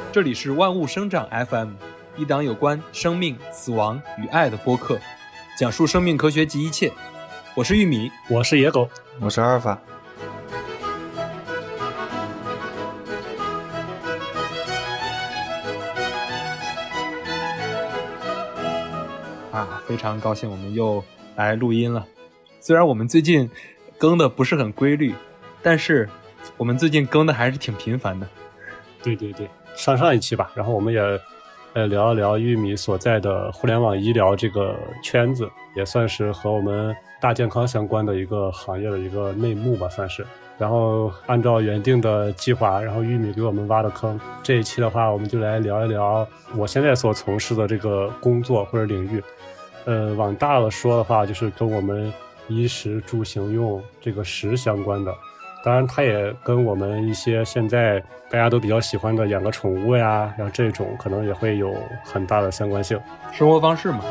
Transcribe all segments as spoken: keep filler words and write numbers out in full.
这里是万物生长 F M， 一档有关生命、死亡与爱的播客，讲述生命科学及一切。我是玉米， 我是野狗， 我是阿尔法。 啊，非常高兴我们又来录音了。虽然我们最近更的不是很规律，但是我们最近更的还是挺频繁的。 对对对，上上一期吧，然后我们也呃聊一聊玉米所在的互联网医疗这个圈子，也算是和我们大健康相关的一个行业的一个内幕吧，算是。然后按照原定的计划，然后玉米给我们挖的坑，这一期的话，我们就来聊一聊我现在所从事的这个工作或者领域。呃，往大了说的话，就是跟我们衣食住行用这个食相关的。当然它也跟我们一些现在大家都比较喜欢的养个宠物呀，然后这种可能也会有很大的相关性。 生活方式嘛。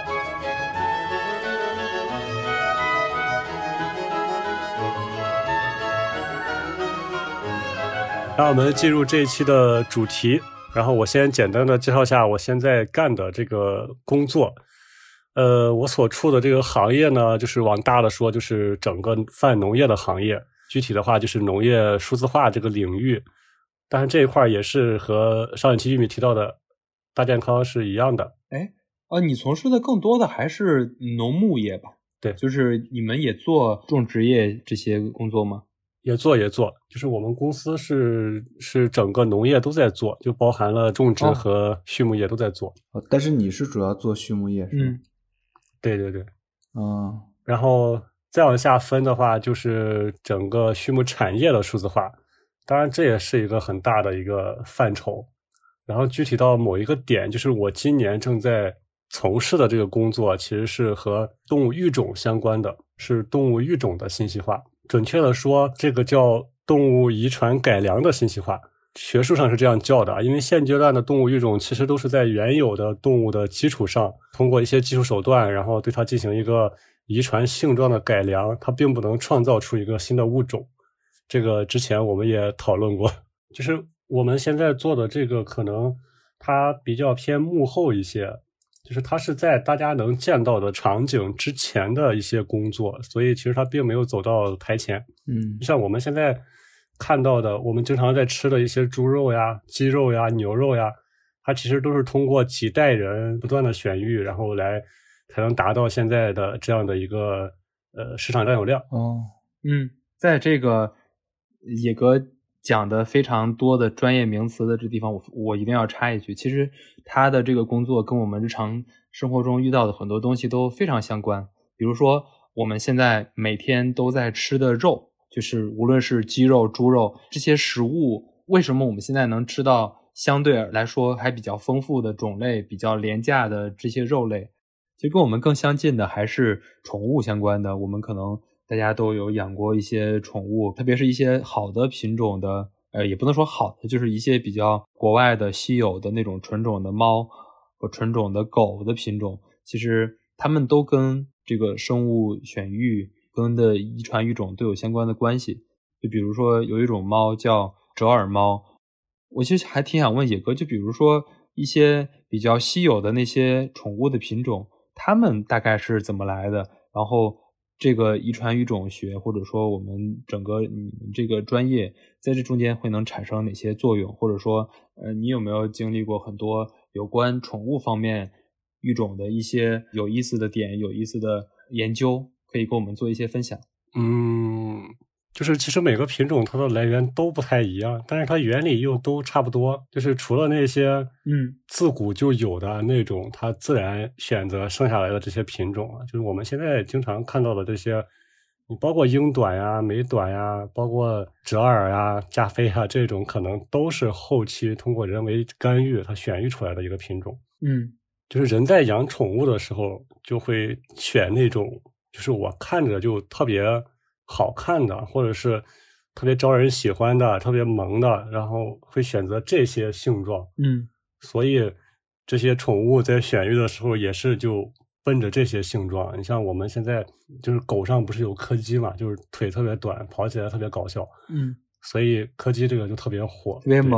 让我们进入这一期的主题，然后我先简单的介绍一下我现在干的这个工作。呃，我所处的这个行业呢，就是往大了说，就是整个泛农业的行业。具体的话，就是农业数字化这个领域。但是这一块也是和上一期玉米提到的大健康是一样的。 哎，呃，你从事的更多的还是农牧业吧？ 对， 就是你们也做种植业这些工作吗？ 也做也做，就是我们公司是是整个农业都在做，就包含了种植和畜牧业都在做。 哦，但是你是主要做畜牧业是吗？ 嗯， 对对对。 嗯， 然后再往下分的话，就是整个畜牧产业的数字化。当然这也是一个很大的一个范畴。然后具体到某一个点，就是我今年正在从事的这个工作其实是和动物育种相关的，是动物育种的信息化。准确的说，这个叫动物遗传改良的信息化，学术上是这样叫的。因为现阶段的动物育种其实都是在原有的动物的基础上，通过一些技术手段，然后对它进行一个遗传性状的改良，它并不能创造出一个新的物种。这个之前我们也讨论过，就是我们现在做的这个可能它比较偏幕后一些，就是它是在大家能见到的场景之前的一些工作，所以其实它并没有走到台前。 嗯， 像我们现在看到的，我们经常在吃的一些猪肉呀、鸡肉呀、牛肉呀，它其实都是通过几代人不断的选育，然后来才能达到现在的这样的一个呃市场占有量。 哦， 嗯，在这个野哥讲的非常多的专业名词的这地方，我我一定要插一句，其实他的这个工作跟我们日常生活中遇到的很多东西都非常相关。比如说我们现在每天都在吃的肉，就是无论是鸡肉、猪肉这些食物，为什么我们现在能吃到相对来说还比较丰富的种类、比较廉价的这些肉类？其实跟我们更相近的还是宠物相关的。我们可能大家都有养过一些宠物，特别是一些好的品种的，呃，也不能说好的，就是一些比较国外的稀有的那种纯种的猫和纯种的狗的品种，其实它们都跟这个生物选育跟的遗传育种都有相关的关系。就比如说有一种猫叫折耳猫，我其实还挺想问野哥，就比如说一些比较稀有的那些宠物的品种，它们大概是怎么来的？然后这个遗传育种学，或者说我们整个你们这个专业在这中间会能产生哪些作用？或者说呃，你有没有经历过很多有关宠物方面育种的一些有意思的点、有意思的研究，可以跟我们做一些分享？ 嗯，就是其实每个品种它的来源都不太一样，但是它原理又都差不多。就是除了那些嗯自古就有的那种它自然选择生下来的这些品种啊，就是我们现在经常看到的这些，你包括英短呀、美短呀，包括折耳呀、加菲啊，这种可能都是后期通过人为干预它选育出来的一个品种。 嗯， 就是人在养宠物的时候就会选那种就是我看着就特别好看的，或者是特别招人喜欢的、特别萌的，然后会选择这些性状。 嗯， 所以这些宠物在选育的时候也是就奔着这些性状。你像我们现在就是狗上不是有柯基嘛，就是腿特别短，跑起来特别搞笑。 嗯， 所以柯基这个就特别火， 特别萌。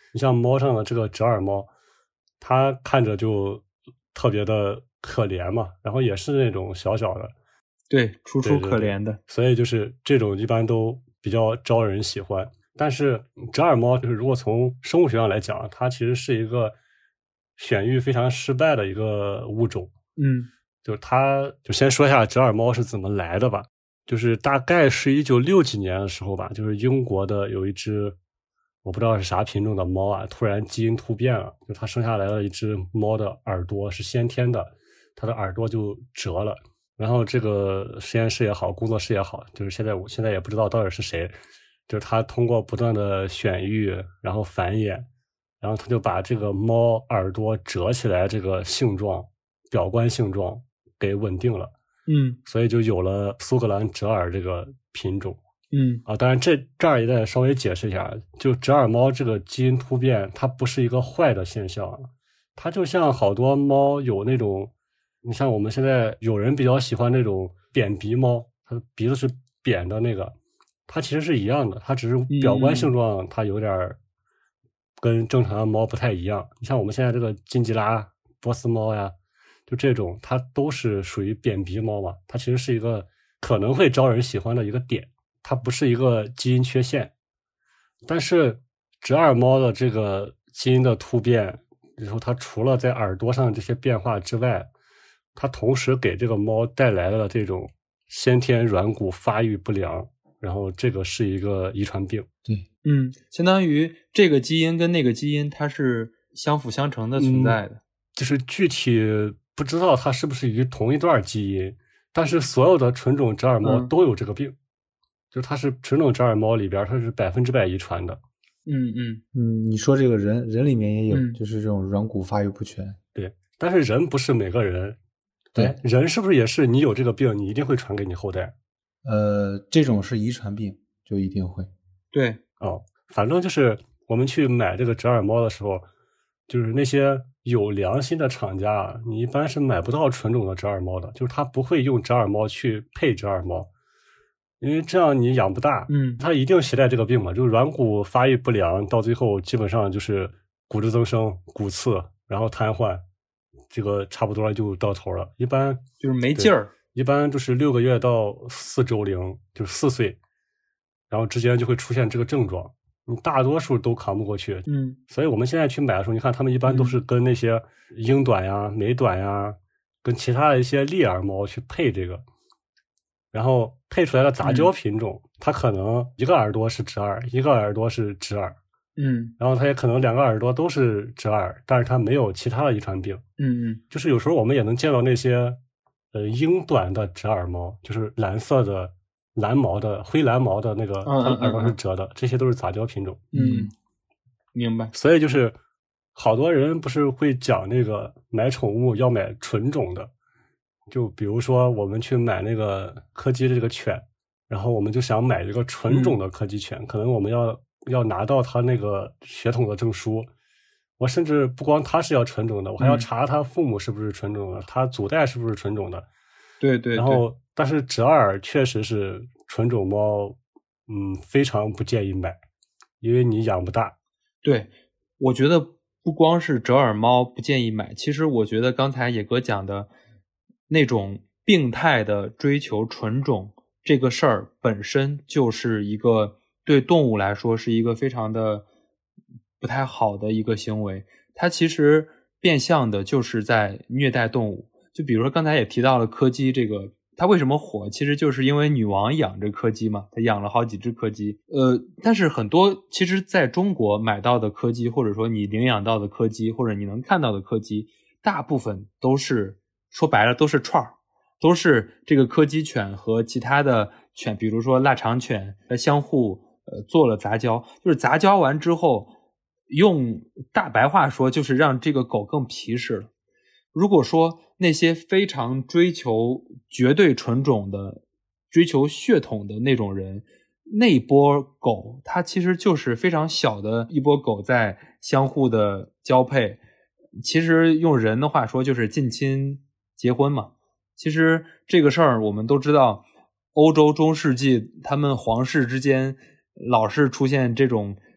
你像猫上的这个折耳猫，它看着就特别的可怜嘛，然后也是那种小小的， 对，楚楚可怜的。 对对对，所以就是这种一般都比较招人喜欢。但是折耳猫就是如果从生物学上来讲，它其实是一个选育非常失败的一个物种。 嗯， 就是它就先说一下折耳猫是怎么来的吧。就是大概是一九六几年的时候吧，就是英国的有一只我不知道是啥品种的猫啊，突然基因突变了，就它生下来了一只猫的耳朵是先天的，它的耳朵就折了。然后这个实验室也好，工作室也好，就是现在我现在也不知道到底是谁，就是他通过不断的选育，然后繁衍，然后他就把这个猫耳朵折起来这个性状，表观性状给稳定了。 嗯， 所以就有了苏格兰折耳这个品种。 嗯啊，当然这这儿也得稍微解释一下，就折耳猫这个基因突变，它不是一个坏的现象，它就像好多猫有那种，你像我们现在有人比较喜欢那种扁鼻猫，它的鼻子是扁的那个，它其实是一样的，它只是表观性状它有点跟正常的猫不太一样。你像我们现在这个金吉拉、波斯猫呀，就这种它都是属于扁鼻猫嘛，它其实是一个可能会招人喜欢的一个点，它不是一个基因缺陷。但是折耳猫的这个基因的突变，然后它除了在耳朵上这些变化之外，它同时给这个猫带来了这种先天软骨发育不良，然后这个是一个遗传病。 对， 嗯，相当于这个基因跟那个基因它是相辅相成的存在的。 嗯，就是具体不知道它是不是于同一段基因，但是所有的纯种折耳猫都有这个病，嗯，就是它是纯种折耳猫里边它是百分之百遗传的。 嗯嗯嗯，你说这个人人里面也有， 嗯， 就是这种软骨发育不全。 对，但是人不是每个人。 对， 人是不是也是你有这个病，你一定会传给你后代？ 呃，这种是遗传病，就一定会。 对， 哦，反正就是我们去买这个折耳猫的时候，就是那些有良心的厂家，你一般是买不到纯种的折耳猫的，就是他不会用折耳猫去配折耳猫，因为这样你养不大。 嗯， 它一定携带这个病嘛，就是软骨发育不良，到最后基本上就是骨质增生、骨刺，然后瘫痪，这个差不多就到头了。一般就是没劲儿， 一般就是六个月到四周龄，就是四岁，然后之间就会出现这个症状，你大多数都扛不过去。 嗯， 所以我们现在去买的时候，你看他们一般都是跟那些英短呀、美短呀，跟其他的一些猎耳猫去配这个，然后配出来的杂交品种，嗯，它可能一个耳朵是折耳，一个耳朵是直耳。 嗯， 然后它也可能两个耳朵都是折耳，但是它没有其他的遗传病。 嗯嗯， 就是有时候我们也能见到那些呃英短的折耳猫，就是蓝色的蓝毛的灰蓝毛的那个，它的耳朵是折的，这些都是杂交品种。 嗯，明白。 所以就是好多人不是会讲那个买宠物要买纯种的，就比如说我们去买那个柯基的这个犬，然后我们就想买一个纯种的柯基犬，嗯，可能我们要要拿到它那个血统的证书，我甚至不光它是要纯种的，我还要查它父母是不是纯种的，它，嗯，祖代是不是纯种的。 对对对。 然后但是折耳确实是纯种猫，嗯，非常不建议买，因为你养不大。 对，我觉得不光是折耳猫不建议买，其实我觉得刚才野哥讲的那种病态的追求纯种这个事儿本身就是一个对动物来说是一个非常的不太好的一个行为，它其实变相的就是在虐待动物。就比如说刚才也提到了柯基这个，它为什么火，其实就是因为女王养着柯基嘛，她养了好几只柯基。呃，但是很多其实在中国买到的柯基，或者说你领养到的柯基，或者你能看到的柯基，大部分都是说白了都是串儿，都是这个柯基犬和其他的犬，比如说腊肠犬相互呃做了杂交，就是杂交完之后，用大白话说就是让这个狗更皮实了。如果说那些非常追求绝对纯种的、追求血统的那种人，那一波狗它其实就是非常小的一波狗在相互的交配，其实用人的话说就是近亲结婚嘛。其实这个事儿我们都知道，欧洲中世纪他们皇室之间老是出现这种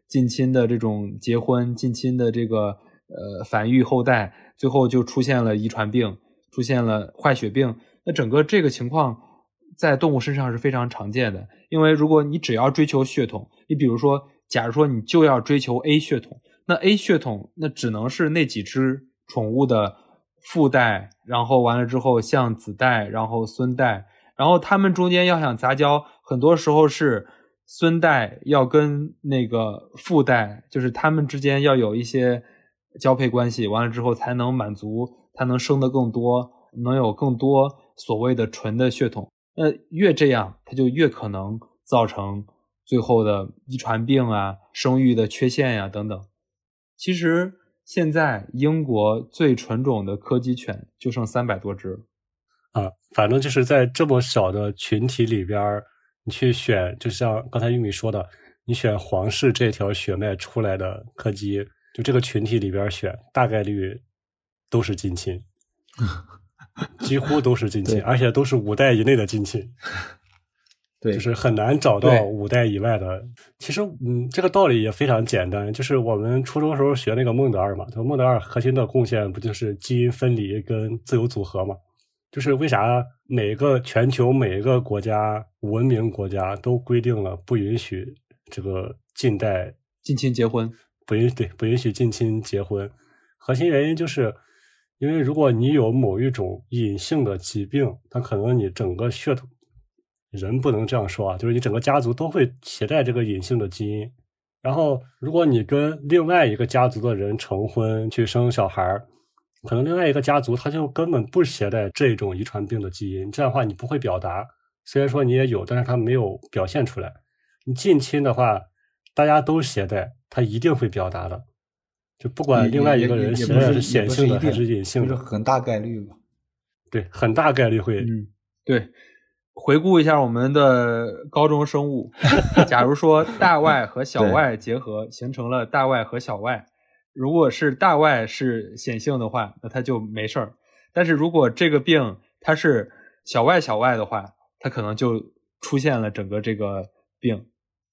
近亲的这种结婚，近亲的这个呃繁育后代，最后就出现了遗传病，出现了坏血病。那整个这个情况在动物身上是非常常见的，因为如果你只要追求血统，你比如说假如说你就要追求 A 血统，那 A 血统那只能是那几只宠物的父代，然后完了之后像子代，然后孙代，然后他们中间要想杂交，很多时候是孙代要跟那个父代，就是他们之间要有一些交配关系，完了之后才能满足它能生得更多，能有更多所谓的纯的血统。那越这样它就越可能造成最后的遗传病啊，生育的缺陷呀、啊、等等。其实现在英国最纯种的柯基犬就剩三百多只啊，反正就是在这么小的群体里边，你去选，就像刚才玉米说的，你选皇室这条血脉出来的柯基，就这个群体里边选，大概率都是近亲，几乎都是近亲，而且都是五代以内的近亲。 对， 就是很难找到五代以外的。其实，嗯，这个道理也非常简单，就是我们初中时候学那个孟德尔嘛，孟德尔核心的贡献不就是基因分离跟自由组合嘛？就是为啥每个全球每一个国家文明国家都规定了不允许这个近代近亲结婚， 不允对不允许近亲结婚，核心原因就是因为如果你有某一种隐性的疾病，它可能你整个血统。人不能这样说啊，就是你整个家族都会携带这个隐性的基因，然后如果你跟另外一个家族的人成婚去生小孩，可能另外一个家族他就根本不携带这种遗传病的基因，这样的话你不会表达，虽然说你也有，但是他没有表现出来。你近亲的话大家都携带，他一定会表达的，就不管另外一个人携带是显性的还是隐性的， 就是很大概率吧。 对，很大概率会。 嗯，对。回顾一下我们的高中生物，假如说大 Y 和小 Y 结合形成了大 Y 和小 Y， 如果是大 Y 是显性的话，那它就没事儿。但是如果这个病它是小 Y 小 Y 的话，它可能就出现了整个这个病。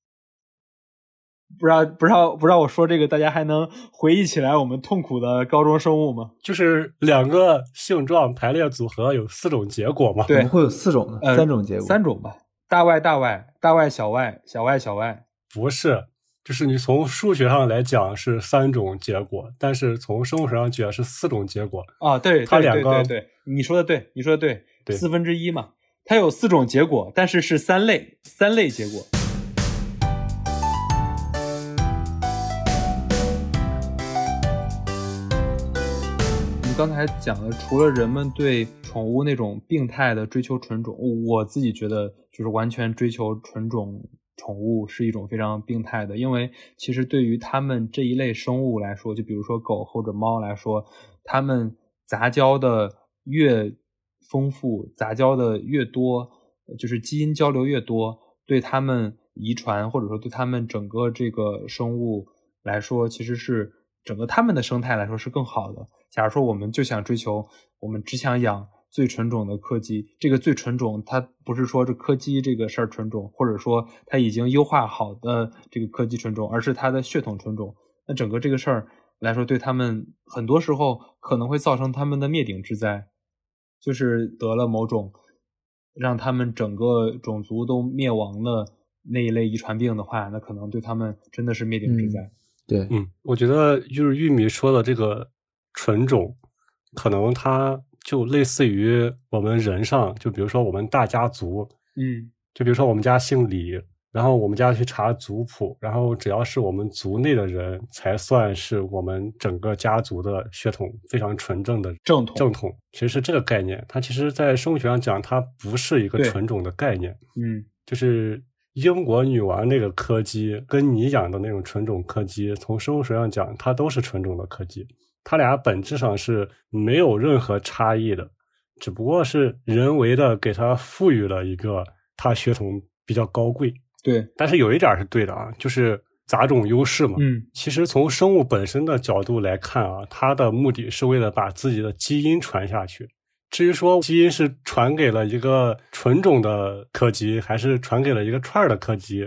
不知道不知道不知道我说这个大家还能回忆起来我们痛苦的高中生物吗？ 就是两个性状排列组合有四种结果吗？ 对， 怎么会有四种呢？ 呃、 三种结果， 三种吧，大 Y 大 Y 大 Y 小 Y 小 Y 小 Y。 不是，就是你从数学上来讲是三种结果，但是从生物学上讲是四种结果啊。对， 它两个对, 对, 对, 对你说的对你说的对对四分之一嘛，它有四种结果，但是是三类三类结果。刚才讲的，除了人们对宠物那种病态的追求纯种，我自己觉得就是完全追求纯种宠物是一种非常病态的，因为其实对于他们这一类生物来说，就比如说狗或者猫来说，他们杂交的越丰富，杂交的越多，就是基因交流越多，对他们遗传或者说对他们整个这个生物来说，其实是整个他们的生态来说是更好的。假如说我们就想追求，我们只想养最纯种的柯基，这个最纯种它不是说这柯基这个事儿纯种，或者说它已经优化好的这个柯基纯种，而是它的血统纯种，那整个这个事儿来说，对他们很多时候可能会造成他们的灭顶之灾，就是得了某种让他们整个种族都灭亡的那一类遗传病的话，那可能对他们真的是灭顶之灾。 嗯、对， 嗯，我觉得就是玉米说的这个纯种，可能它就类似于我们人上，就比如说我们大家族， 嗯， 就比如说我们家姓李，然后我们家去查族谱，然后只要是我们族内的人才算是我们整个家族的血统非常纯正的正统。 正统其实是这个概念，它其实在生物学上讲，它不是一个纯种的概念。 嗯， 就是英国女王那个柯基跟你养的那种纯种柯基，从生物学上讲，它都是纯种的柯基。它俩本质上是没有任何差异的，只不过是人为的给它赋予了一个它血统比较高贵。 对， 但是有一点是对的啊，就是杂种优势嘛。 嗯， 其实从生物本身的角度来看啊，它的目的是为了把自己的基因传下去。至于说基因是传给了一个纯种的柯基，还是传给了一个串的柯基，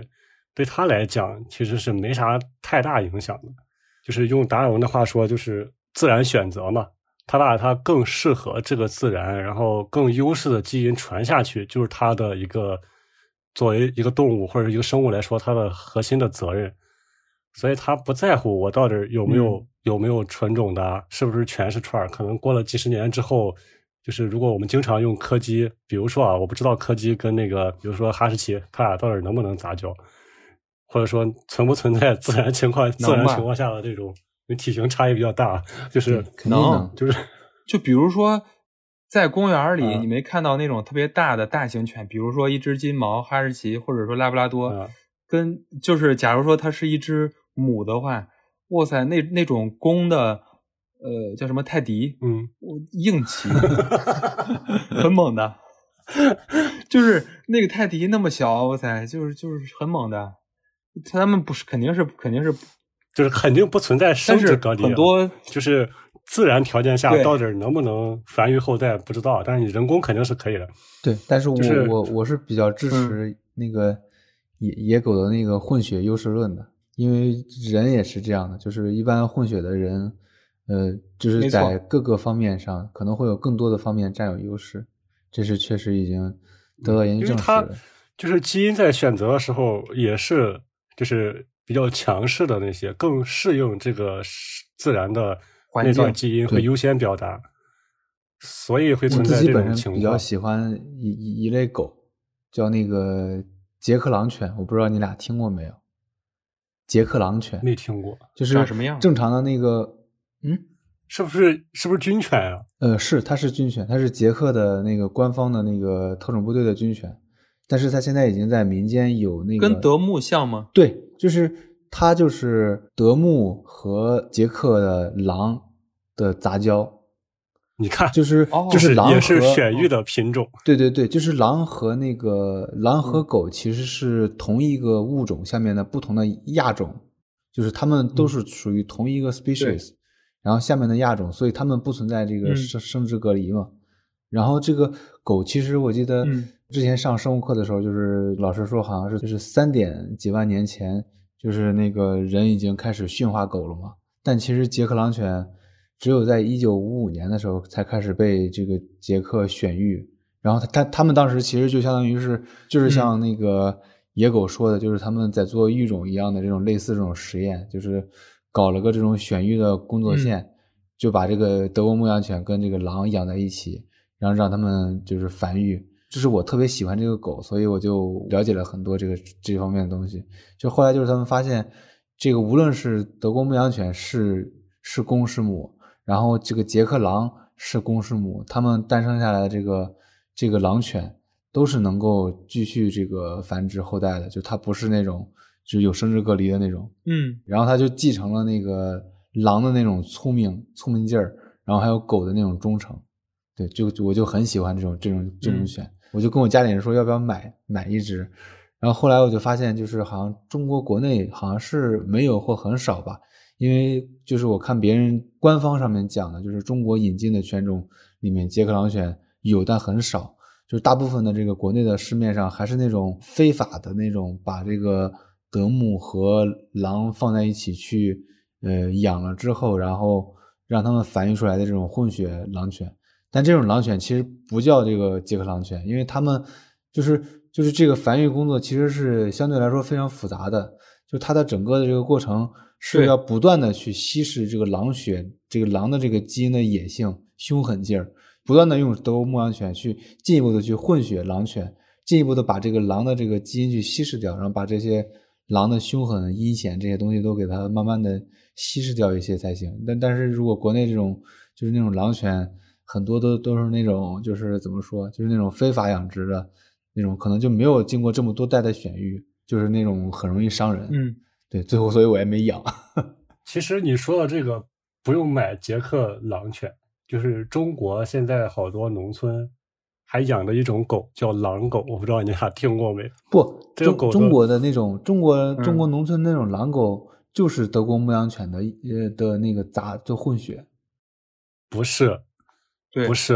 对他来讲其实是没啥太大影响的。就是用达尔文的话说，就是自然选择嘛，他把他更适合这个自然，然后更优势的基因传下去，就是他的一个作为一个动物或者一个生物来说，他的核心的责任。所以他不在乎我到底有没有、嗯、有没有纯种的，是不是全是串，可能过了几十年之后，就是如果我们经常用柯基，比如说啊，我不知道柯基跟那个比如说哈士奇，它俩到底能不能杂交，或者说存不存在自然情况自然情况下的这种，因为体型差异比较大，就是肯定能， 就是就比如说在公园里、 嗯、 你没看到那种特别大的大型犬，比如说一只金毛哈士奇或者说拉布拉多、 嗯、 跟就是假如说它是一只母的话，哇塞，那那种公的呃叫什么泰迪， 嗯， 硬气很猛的，就是那个泰迪那么小，哇塞，就是就是很猛的。他们不是肯定是肯定是就是肯定不存在生殖隔离、啊、 很多就是自然条件下到底能不能繁育后代不知道，但是你人工肯定是可以的。 对，但是我、 就是、 我我是比较支持那个野、嗯、野狗的那个混血优势论的，因为人也是这样的，就是一般混血的人呃就是在各个方面上可能会有更多的方面占有优势，这是确实已经得到研究证实的。 就是基因在选择的时候也是就是比较强势的那些更适应这个自然的那段基因会优先表达，所以会存在这种情况。 我自己本身比较喜欢一一类狗，叫那个捷克狼犬，我不知道你俩听过没有？捷克狼犬没听过， 就是长什么样？ 正常的那个，嗯， 是不是是不是军犬啊？ 呃，是，它是军犬，它是捷克的那个官方的那个特种部队的军犬。但是它现在已经在民间有那个跟德牧像吗？ 对，就是它就是德牧和捷克的狼的杂交。 你看， 就是、 哦、 就是狼和也是选育的品种。 对对对，就是狼和那个狼和狗其实是同一个物种下面的不同的亚种，就是它们都是属于同一个 species，、嗯、然后下面的亚种，所以它们不存在这个生生殖隔离嘛。嗯、然后这个狗其实我记得。 嗯之前上生物课的时候，就是老师说好像是就是三点几万年前，就是那个人已经开始驯化狗了嘛。但其实捷克狼犬只有在一九五五年的时候才开始被这个捷克选育，然后他他他们当时其实就相当于是就是像那个野狗说的，就是他们在做育种一样的这种类似这种实验，就是搞了个这种选育的工作线， 嗯、 就把这个德国牧羊犬跟这个狼养在一起，然后让他们就是繁育。这是我特别喜欢这个狗，所以我就了解了很多这个这方面的东西。就后来就是他们发现，这个无论是德国牧羊犬是是公是母，然后这个捷克狼是公是母，他们诞生下来的这个这个狼犬都是能够继续这个繁殖后代的，就它不是那种就是有生殖隔离的那种。 嗯， 然后它就继承了那个狼的那种聪明聪明劲儿，然后还有狗的那种忠诚。对，就我就很喜欢这种这种这种犬。嗯，我就跟我家里人说要不要买买一只，然后后来我就发现就是好像中国国内好像是没有或很少吧，因为就是我看别人官方上面讲的，就是中国引进的犬种里面捷克狼犬有但很少，就是大部分的这个国内的市面上还是那种非法的那种把这个德牧和狼放在一起去呃养了之后，然后让他们繁育出来的这种混血狼犬。但这种狼犬其实不叫这个捷克狼犬，因为他们就是就是这个繁育工作其实是相对来说非常复杂的，就它的整个的这个过程是要不断的去稀释这个狼血，这个狼的这个基因的野性、凶狠劲儿，不断的用德国牧羊犬去进一步的去混血狼犬，进一步的把这个狼的这个基因去稀释掉，然后把这些狼的凶狠、阴险这些东西都给它慢慢的稀释掉一些才行。但但是如果国内这种就是那种狼犬，很多都都是那种就是怎么说，就是那种非法养殖的那种，可能就没有经过这么多代的选育，就是那种很容易伤人。 嗯， 对，最后所以我也没养。 其实你说的这个不用买捷克狼犬，就是中国现在好多农村还养的一种狗叫狼狗，我不知道你俩听过没？ 不， 这个狗中中国的那种中国、 嗯、 中国农村那种狼狗就是德国牧羊犬的呃的那个杂就混血， 不是。 对， 不是，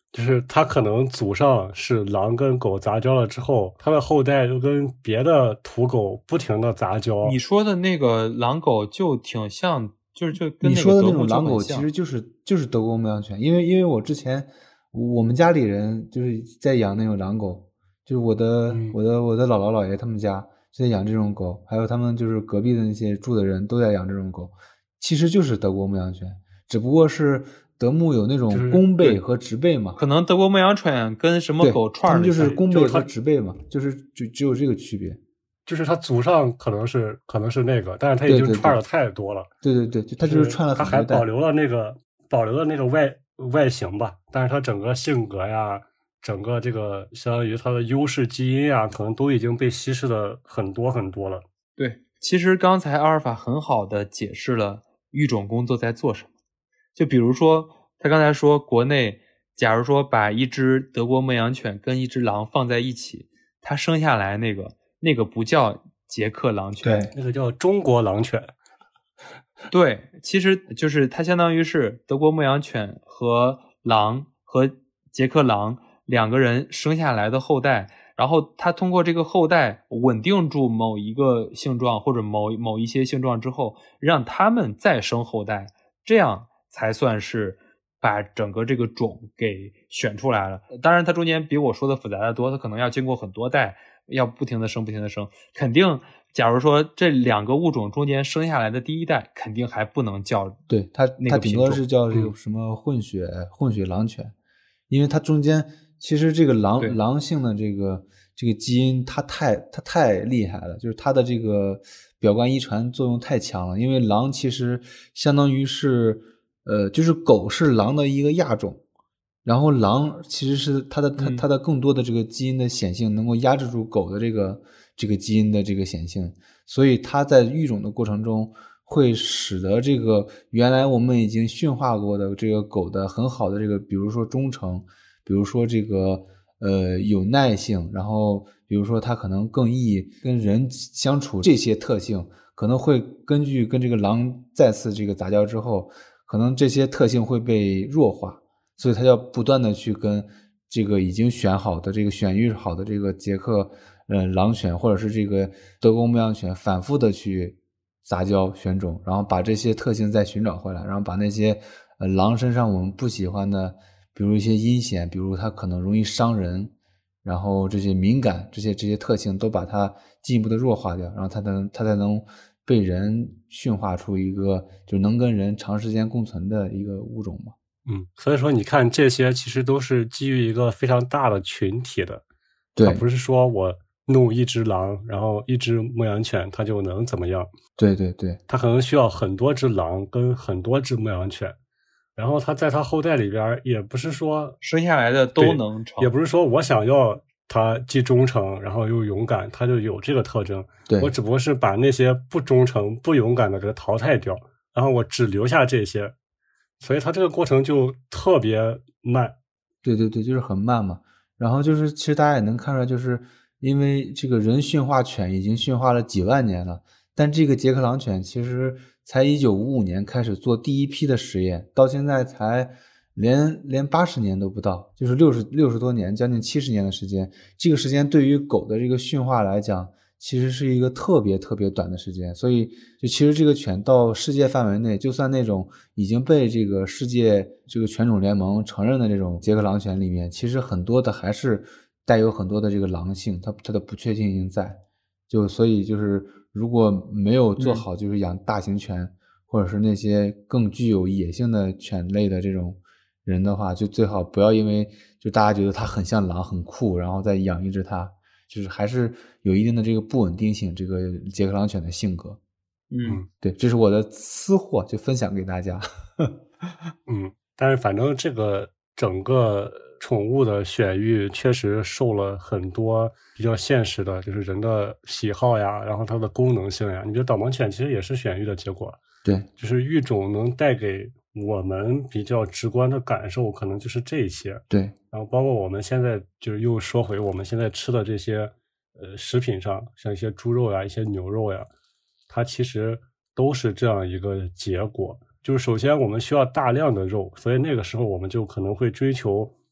就是它可能祖上是狼跟狗杂交了之后，它的后代又跟别的土狗不停的杂交。 你说的那个狼狗就挺像，就是就跟你说的那那个德牧种狼狗就很像其实就是就是德国牧羊犬，因为因为我之前我们家里人就是在养那种狼狗，就是我的、 嗯我的我的姥姥姥爷他们家就在养这种狗，还有他们就是隔壁的那些住的人都在养这种狗，其实就是德国牧羊犬，只不过是德牧有那种就是对公辈和直辈嘛， 可能德国牧羊犬跟什么对， 狗他们就串儿了一下是公辈和就是它直辈嘛，就是就只有这个区别。 就是它祖上可能是可能是那个，但是它已对对对经串了太多了。 对对对，就它就就是串了它很多代。 还保留了那个保留了那个外外形吧，但是它整个性格呀，整个这个相当于它的优势基因呀，可能都已经被稀释的很多很多了。 对，其实刚才阿尔法很好的解释了育种工作在做什么。就比如说，他刚才说，国内假如说把一只德国牧羊犬跟一只狼放在一起，它生下来那个那个不叫捷克狼犬， 对那个叫中国狼犬。 对，其实就是它相当于是德国牧羊犬和狼和捷克狼两个人生下来的后代，然后它通过这个后代稳定住某一个性状或者某某一些性状之后，让他们再生后代，这样才算是把整个这个种给选出来了。当然它中间比我说的复杂的多，它可能要经过很多代，要不停的生不停的生，肯定假如说这两个物种中间生下来的第一代肯定还不能叫对它， 那它顶多个品种是叫这个嗯什么混血、混血狼犬，因为它中间其实这个狼对狼性的这个这个基因它太它太厉害了，就是它的这个表观遗传作用太强了。因为狼其实相当于是呃，就是狗是狼的一个亚种，然后狼其实是它的它嗯它的更多的这个基因的显性能够压制住狗的这个这个基因的这个显性，所以它在育种的过程中会使得这个原来我们已经驯化过的这个狗的很好的这个，比如说忠诚，比如说这个呃有耐性，然后比如说它可能更易跟人相处，这些特性可能会根据跟这个狼再次这个杂交之后，可能这些特性会被弱化。所以他要不断的去跟这个已经选好的这个选育好的这个捷克呃狼犬或者是这个德国牧羊犬反复的去杂交选种，然后把这些特性再寻找回来，然后把那些呃狼身上我们不喜欢的，比如一些阴险，比如它可能容易伤人，然后这些敏感这些这些特性都把它进一步的弱化掉，然后它能它才能被人驯化出一个就能跟人长时间共存的一个物种嘛。 嗯，所以说你看这些其实都是基于一个非常大的群体的， 对它不是说我弄一只狼，然后一只牧羊犬，它就能怎么样？ 对对对， 它可能需要很多只狼跟很多只牧羊犬，然后它在它后代里边也不是说生下来的都能成， 也不是说我想要它既忠诚然后又勇敢，它就有这个特征。 对我只不过是把那些不忠诚不勇敢的给它淘汰掉，然后我只留下这些。所以它这个过程就特别慢， 对对对，就是很慢嘛。然后就是，其实大家也能看出来，就是因为这个人驯化犬已经驯化了几万年了，但这个捷克狼犬其实才一九五五年开始做第一批的实验，到现在才连连八十年都不到，就是六十六十多年，将近七十年的时间。这个时间对于狗的这个驯化来讲，其实是一个特别特别短的时间，所以就其实这个犬到世界范围内，就算那种已经被这个世界这个犬种联盟承认的这种捷克狼犬里面，其实很多的还是带有很多的这个狼性，它它的不确定性在。就所以就是如果没有做好就是养大型犬、嗯、或者是那些更具有野性的犬类的这种人的话，就最好不要因为就大家觉得它很像狼很酷，然后再养一只它。就是还是有一定的这个不稳定性，这个捷克狼犬的性格。 嗯， 对，这是我的私货，就分享给大家。 嗯，但是反正这个整个宠物的选育确实受了很多比较现实的，就是人的喜好呀，然后它的功能性呀。你觉得导盲犬其实也是选育的结果。 对， 就是育种能带给我们比较直观的感受，可能就是这些。 对， 然后包括我们现在就是又说回我们现在吃的这些呃食品上，像一些猪肉呀、一些牛肉呀，它其实都是这样一个结果。就是首先我们需要大量的肉，所以那个时候我们就可能会追求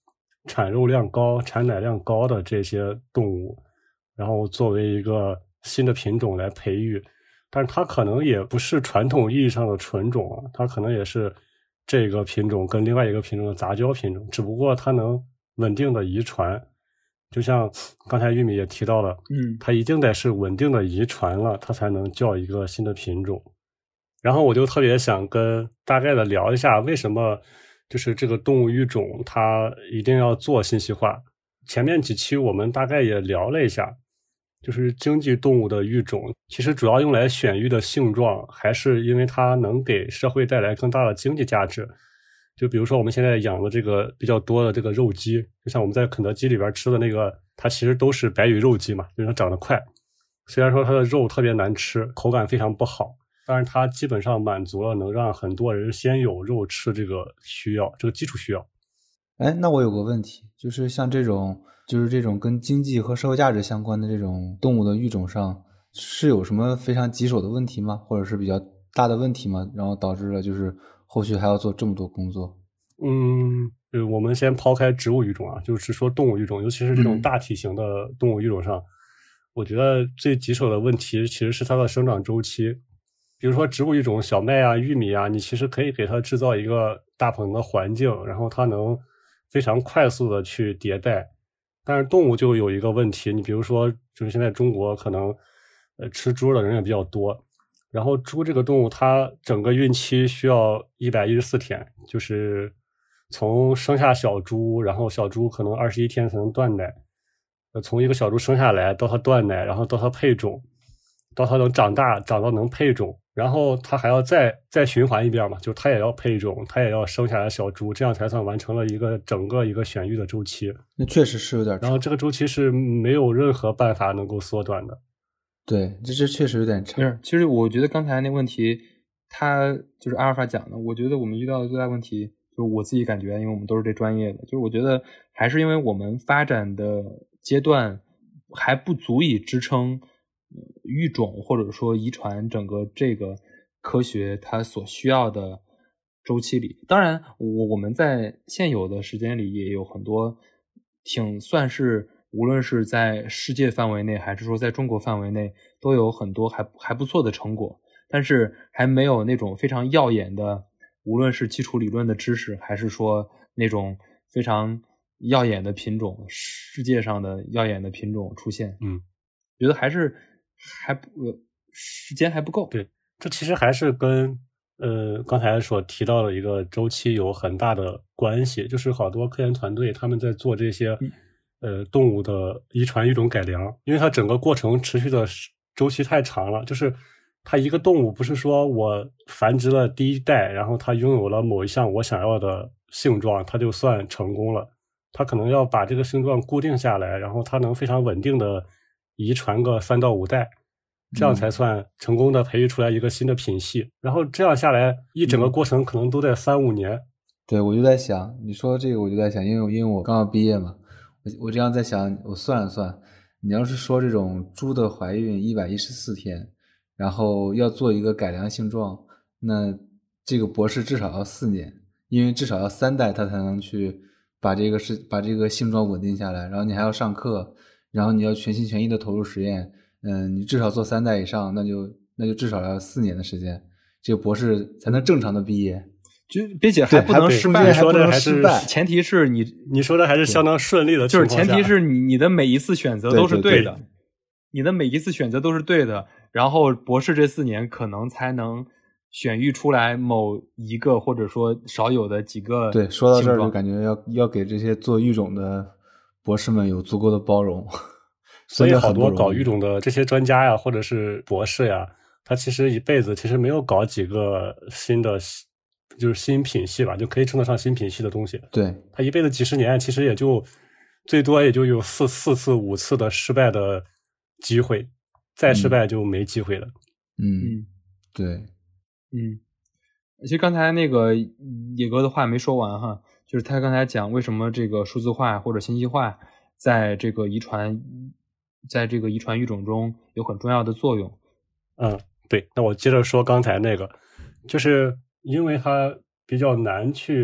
产肉量高、产奶量高的这些动物，然后作为一个新的品种来培育。但是它可能也不是传统意义上的纯种啊，它可能也是这个品种跟另外一个品种的杂交品种，只不过它能稳定的遗传。就像刚才玉米也提到了， 嗯， 它一定得是稳定的遗传了，它才能叫一个新的品种。然后我就特别想跟大概的聊一下，为什么就是这个动物育种它一定要做信息化。前面几期我们大概也聊了一下，就是经济动物的育种其实主要用来选育的性状，还是因为它能给社会带来更大的经济价值。就比如说我们现在养的这个比较多的这个肉鸡，就像我们在肯德基里边吃的那个，它其实都是白羽肉鸡嘛，就是它长得快，虽然说它的肉特别难吃，口感非常不好，但是它基本上满足了能让很多人先有肉吃这个需要，这个基础需要。 哎，那我有个问题，就是像这种就是这种跟经济和社会价值相关的这种动物的育种上，是有什么非常棘手的问题吗？或者是比较大的问题吗？然后导致了就是后续还要做这么多工作？ 嗯，呃，我们先抛开植物育种啊，就是说动物育种，尤其是这种嗯大体型的动物育种上，我觉得最棘手的问题其实是它的生长周期。比如说植物育种，小麦啊、玉米啊，你其实可以给它制造一个大棚的环境，然后它能非常快速的去迭代。但是动物就有一个问题，你比如说，就是现在中国可能呃吃猪的人也比较多，然后猪这个动物它整个孕期需要一百一十四天，就是从生下小猪，然后小猪可能二十一天才能断奶，呃，从一个小猪生下来到它断奶，然后到它配种，到它能长大，长到能配种，然后它还要再再循环一遍嘛，就它也要配种，它也要生下来小猪，这样才算完成了一个整个一个选育的周期。 那确实是有点长。 然后这个周期是没有任何办法能够缩短的。 对，这这确实有点长。 是，其实我觉得刚才那个问题，他就是阿尔法讲的，我觉得我们遇到的最大问题，就是我自己感觉，因为我们都是这专业的，就是我觉得还是因为我们发展的阶段还不足以支撑育种或者说遗传整个这个科学它所需要的周期里。当然，我我们在现有的时间里也有很多挺算是。无论是在世界范围内，还是说在中国范围内，都有很多还还不错的成果，但是还没有那种非常耀眼的，无论是基础理论的知识，还是说那种非常耀眼的品种，世界上的耀眼的品种出现。 嗯， 觉得还是还不、呃、时间还不够。 对，这其实还是跟呃刚才所提到的一个周期有很大的关系，就是好多科研团队他们在做这些。嗯呃，动物的遗传育种改良，因为它整个过程持续的周期太长了，就是它一个动物不是说我繁殖了第一代，然后它拥有了某一项我想要的性状，它就算成功了。它可能要把这个性状固定下来，然后它能非常稳定的遗传个三到五代，这样才算成功的培育出来一个新的品系。嗯、然后这样下来，一整个过程可能都在三五年。 对，我就在想，你说这个我就在想，因为因为我刚要毕业嘛。我这样在想，我算了算，你要是说这种猪的怀孕一百一十四天，然后要做一个改良性状，那这个博士至少要四年，因为至少要三代它才能去把这个是把这个性状稳定下来，然后你还要上课，然后你要全心全意的投入实验，嗯，你至少做三代以上，那就那就至少要四年的时间，这个博士才能正常的毕业。 就并且还不能失败， 还不能失败， 前提是你你说的还是相当顺利的情况下， 就是前提是你你的每一次选择都是对的， 对对对你的每一次选择都是对的，然后博士这四年可能才能选育出来某一个或者说少有的几个。 对，说到这儿就感觉要要给这些做育种的博士们有足够的包容。 所以好多搞育种的这些专家呀，或者是博士呀，他其实一辈子其实没有搞几个新的。就是新品系吧，就可以称得上新品系的东西。 对， 他一辈子几十年，其实也就最多也就有四四次、五次的失败的机会，再失败就没机会了。 嗯，对， 嗯，其实刚才那个野哥的话没说完哈，就是他刚才讲为什么这个数字化或者信息化在这个遗传，在这个遗传育种中有很重要的作用。 嗯，对，那我接着说刚才那个，就是。因为它比较难去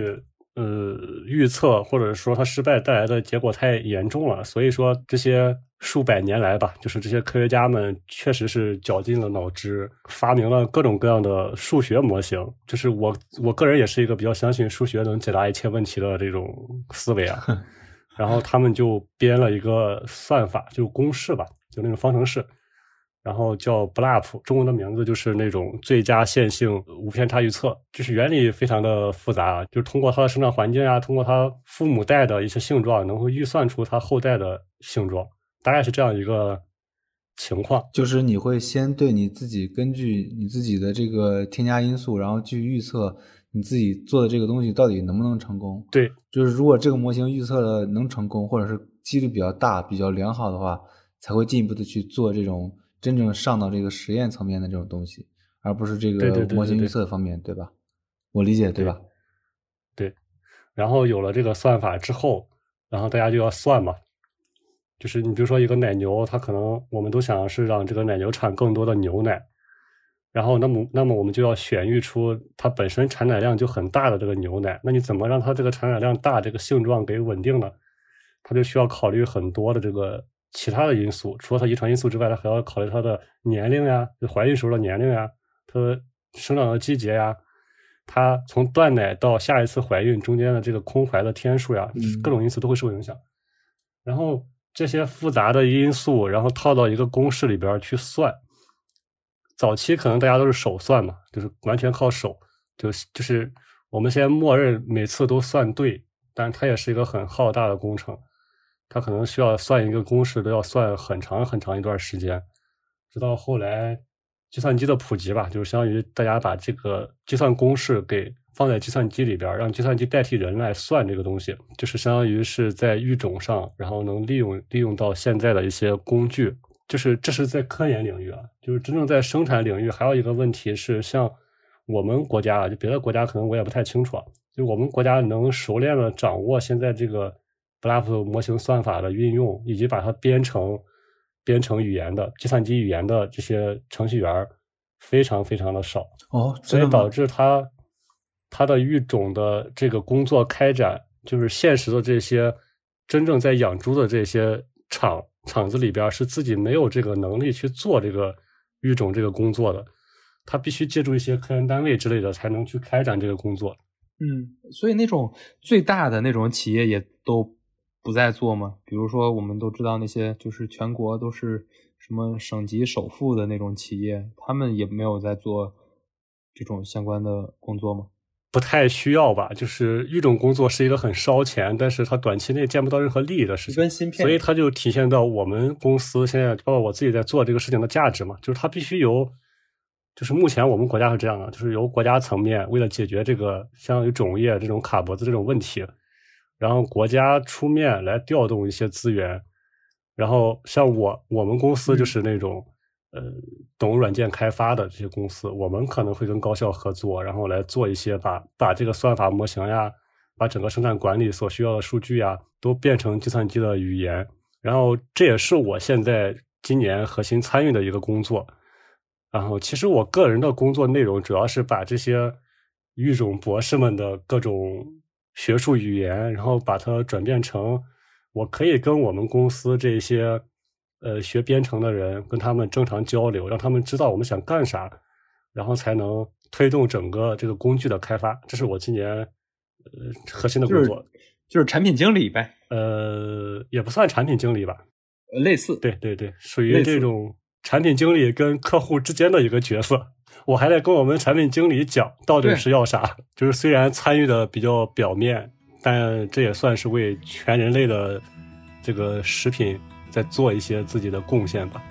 呃预测或者说它失败带来的结果太严重了，所以说这些数百年来吧，就是这些科学家们确实是绞尽了脑汁，发明了各种各样的数学模型。就是我我个人也是一个比较相信数学能解答一切问题的这种思维啊。然后他们就编了一个算法，就公式吧，就那种方程式，然后叫 B L A P， 中文的名字就是那种最佳线性无偏差预测。就是原理非常的复杂啊，就是通过它的生长环境啊，通过它父母代的一些性状，能够预算出它后代的性状，大概是这样一个情况。 就是你会先对你自己根据你自己的这个添加因素，然后去预测你自己做的这个东西到底能不能成功。 对， 就是如果这个模型预测了能成功，或者是几率比较大比较良好的话，才会进一步的去做这种真正上到这个实验层面的这种东西，而不是这对对对对个模型预测方面， 对, 对, 对吧？我理解对吧？ 对，然后有了这个算法之后，然后大家就要算嘛，就是你比如说一个奶牛，它可能我们都想是让这个奶牛产更多的牛奶，然后那么那么我们就要选育出它本身产奶量就很大的这个牛奶。那你怎么让它这个产奶量大，这个性状给稳定呢？它就需要考虑很多的这个其他的因素，除了它遗传因素之外，它还要考虑它的年龄呀，就怀孕时候的年龄呀，它的生长的季节呀，它从断奶到下一次怀孕中间的这个空怀的天数呀，各种因素都会受影响。然后这些复杂的因素，然后套到一个公式里边去算。早期可能大家都是手算嘛，就是完全靠手，就就是我们先默认每次都算对，但它也是一个很浩大的工程，它可能需要算一个公式都要算很长很长一段时间，直到后来计算机的普及吧，就是相当于大家把这个计算公式给放在计算机里边，让计算机代替人来算这个东西，就是相当于是在育种上，然后能利用利用到现在的一些工具。就是这是在科研领域啊，就是真正在生产领域还有一个问题是，像我们国家啊，就别的国家可能我也不太清楚啊，就我们国家能熟练的掌握现在这个 B L A P 模型算法的运用，以及把它编成编程语言的计算机语言的这些程序员非常非常的少哦， 所以导致它它的育种的这个工作开展，就是现实的这些真正在养猪的这些厂厂子里边是自己没有这个能力去做这个育种这个工作的，他必须借助一些科研单位之类的才能去开展这个工作。 嗯，所以那种最大的那种企业也都不再做吗？比如说我们都知道那些就是全国都是什么省级首富的那种企业，他们也没有在做这种相关的工作吗？ 不太需要吧，就是育种工作是一个很烧钱，但是它短期内见不到任何利益的事情， 跟芯片， 所以它就体现到我们公司现在包括我自己在做这个事情的价值嘛，就是它必须由，就是目前我们国家是这样的，就是由国家层面为了解决这个相当于种业这种卡脖子这种问题，然后国家出面来调动一些资源，然后像我我们公司就是那种、嗯、呃懂软件开发的这些公司，我们可能会跟高校合作，然后来做一些把把这个算法模型呀，把整个生产管理所需要的数据呀都变成计算机的语言，然后这也是我现在今年核心参与的一个工作。然后其实我个人的工作内容主要是把这些育种博士们的各种学术语言，然后把它转变成我可以跟我们公司这些呃学编程的人跟他们正常交流，让他们知道我们想干啥，然后才能推动整个这个工具的开发。这是我今年呃核心的工作， 就是、就是产品经理呗。 呃，也不算产品经理吧， 呃，类似。 对对对，属于这种产品经理跟客户之间的一个角色。我还得跟我们产品经理讲到底是要啥，就是虽然参与的比较表面，但这也算是为全人类的这个食品在做一些自己的贡献吧。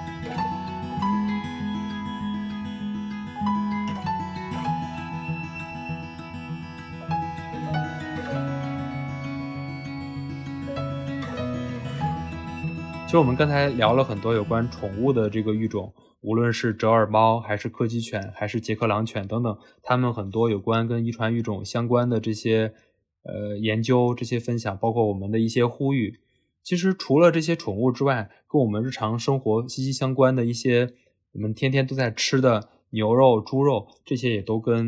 其实我们刚才聊了很多有关宠物的这个育种，无论是折耳猫还是柯基犬还是捷克狼犬等等，他们很多有关跟遗传育种相关的这些呃研究，这些分享，包括我们的一些呼吁。其实除了这些宠物之外，跟我们日常生活息息相关的一些我们天天都在吃的牛肉、猪肉，这些也都跟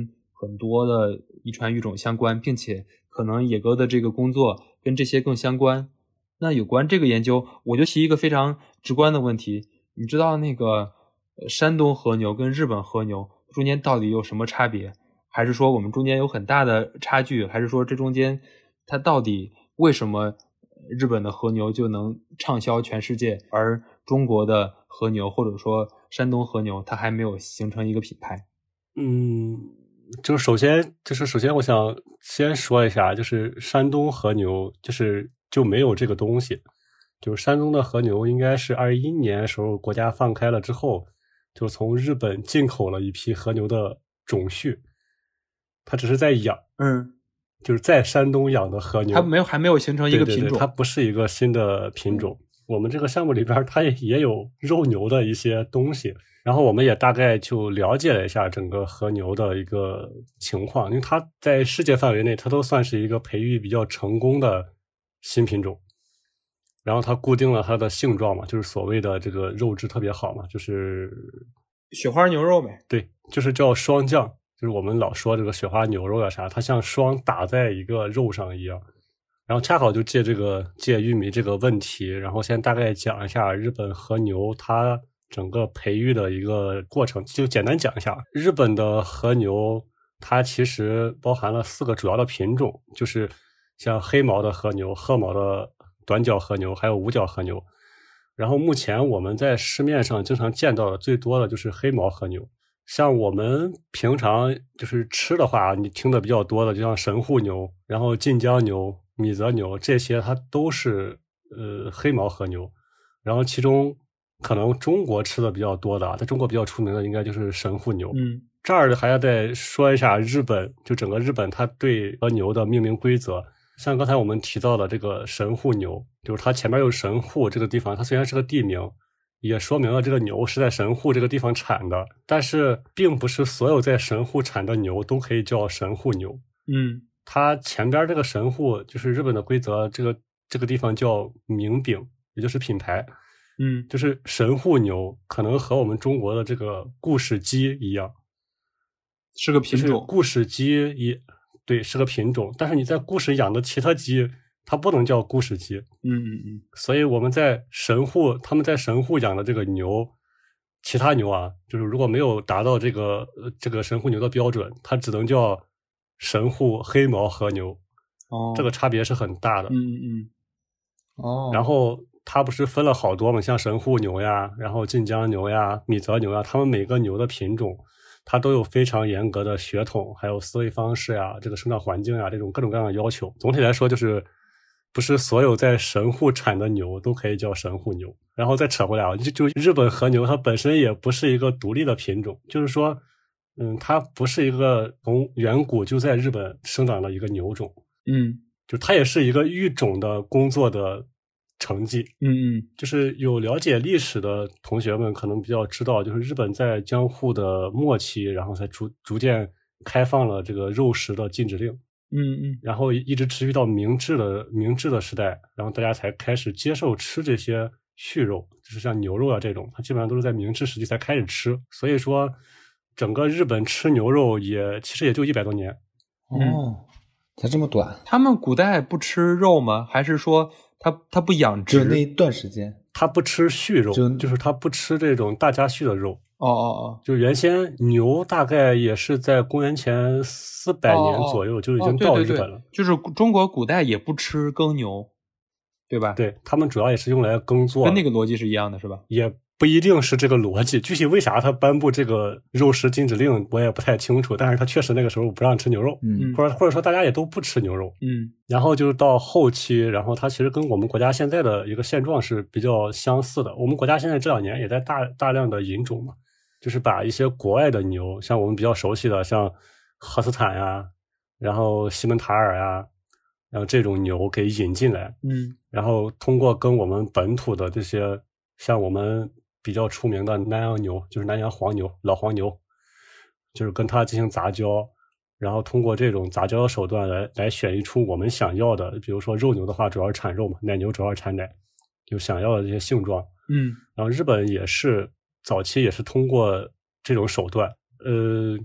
很多的遗传育种相关，并且可能野哥的这个工作跟这些更相关。那有关这个研究，我就提一个非常直观的问题，你知道那个山东和牛跟日本和牛中间到底有什么差别？还是说我们中间有很大的差距？还是说这中间它到底为什么日本的和牛就能畅销全世界，而中国的和牛或者说山东和牛它还没有形成一个品牌？ 嗯，就是首先就是首先我想先说一下，就是山东和牛就是就没有这个东西，就是山东的和牛应该是二一年时候国家放开了之后，就从日本进口了一批和牛的种序，它只是在养， 嗯， 就是在山东养的和牛， 它没有还没有形成一个品种， 对对对，它不是一个新的品种。嗯，我们这个项目里边它也也有肉牛的一些东西，然后我们也大概就了解了一下整个和牛的一个情况，因为它在世界范围内它都算是一个培育比较成功的新品种，然后它固定了它的性状嘛，就是所谓的这个肉质特别好嘛，就是雪花牛肉呗。 对，就是叫霜降，就是我们老说这个雪花牛肉呀啥，它像霜打在一个肉上一样。然后恰好就借这个借玉米这个问题，然后先大概讲一下日本和牛它整个培育的一个过程，就简单讲一下。日本的和牛它其实包含了四个主要的品种，就是像黑毛的和牛、褐毛的短角和牛，还有五角和牛。然后目前我们在市面上经常见到的最多的就是黑毛和牛。像我们平常就是吃的话，你听的比较多的，就像神户牛，然后晋江牛、米泽牛，这些它都是呃黑毛和牛。然后其中可能中国吃的比较多的，在中国比较出名的应该就是神户牛。 嗯， 这儿还要再说一下日本，就整个日本它对和牛的命名规则。像刚才我们提到的这个神户牛，就是它前面有神户这个地方，它虽然是个地名，也说明了这个牛是在神户这个地方产的，但是并不是所有在神户产的牛都可以叫神户牛。 嗯， 它前边这个神户就是日本的规则，这个这个地方叫名饼，也就是品牌。 嗯， 就是神户牛可能和我们中国的这个固始鸡一样， 是个品种。 固始鸡也对，是个品种，但是你在固始养的其他鸡它不能叫固始鸡。 嗯嗯嗯， 所以我们在神户，他们在神户养的这个牛，其他牛啊，就是如果没有达到这个呃这个神户牛的标准，它只能叫神户黑毛和牛。 哦， 这个差别是很大的。 嗯嗯， 哦， 然后它不是分了好多嘛，像神户牛呀，然后晋江牛呀、米泽牛呀，它们每个牛的品种，它都有非常严格的血统，还有思维方式呀、这个生长环境呀，这种各种各样的要求。总体来说，就是不是所有在神户产的牛都可以叫神户牛。然后再扯回来啊，就就日本和牛它本身也不是一个独立的品种，就是说，嗯，它不是一个从远古就在日本生长的一个牛种， 嗯， 就它也是一个育种的工作的成绩。 嗯嗯， 就是有了解历史的同学们可能比较知道，就是日本在江户的末期，然后才逐逐渐开放了这个肉食的禁止令。 嗯嗯， 然后一直持续到明治的明治的时代，然后大家才开始接受吃这些畜肉，就是像牛肉啊这种，它基本上都是在明治时期才开始吃。所以说，整个日本吃牛肉也其实也就一百多年。 哦，才这么短， 他们古代不吃肉吗？还是说他他不养殖？ 就那一段时间， 它不吃畜肉， 就就是它不吃这种大家畜的肉。 哦哦哦， 就原先牛大概也是在公元前四百年左右就已经到日本了。 哦哦哦、对对对，就是中国古代也不吃耕牛，对吧？ 对，他们主要也是用来耕作， 跟那个逻辑是一样的，是吧？ 也不一定是这个逻辑，具体为啥他颁布这个肉食禁止令我也不太清楚，但是他确实那个时候不让吃牛肉， 嗯， 或者或者说大家也都不吃牛肉， 嗯， 然后就是到后期，然后它其实跟我们国家现在的一个现状是比较相似的。我们国家现在这两年也在大大量的引种嘛，就是把一些国外的牛，像我们比较熟悉的像荷斯坦呀，然后西门塔尔呀，然后这种牛给引进来， 嗯， 然后通过跟我们本土的这些像我们比较出名的南洋牛，就是南洋黄牛、老黄牛，就是跟它进行杂交，然后通过这种杂交的手段来来选育出我们想要的，比如说肉牛的话主要是产肉嘛，奶牛主要是产奶，就想要的这些性状。 嗯， 然后日本也是早期也是通过这种手段，呃，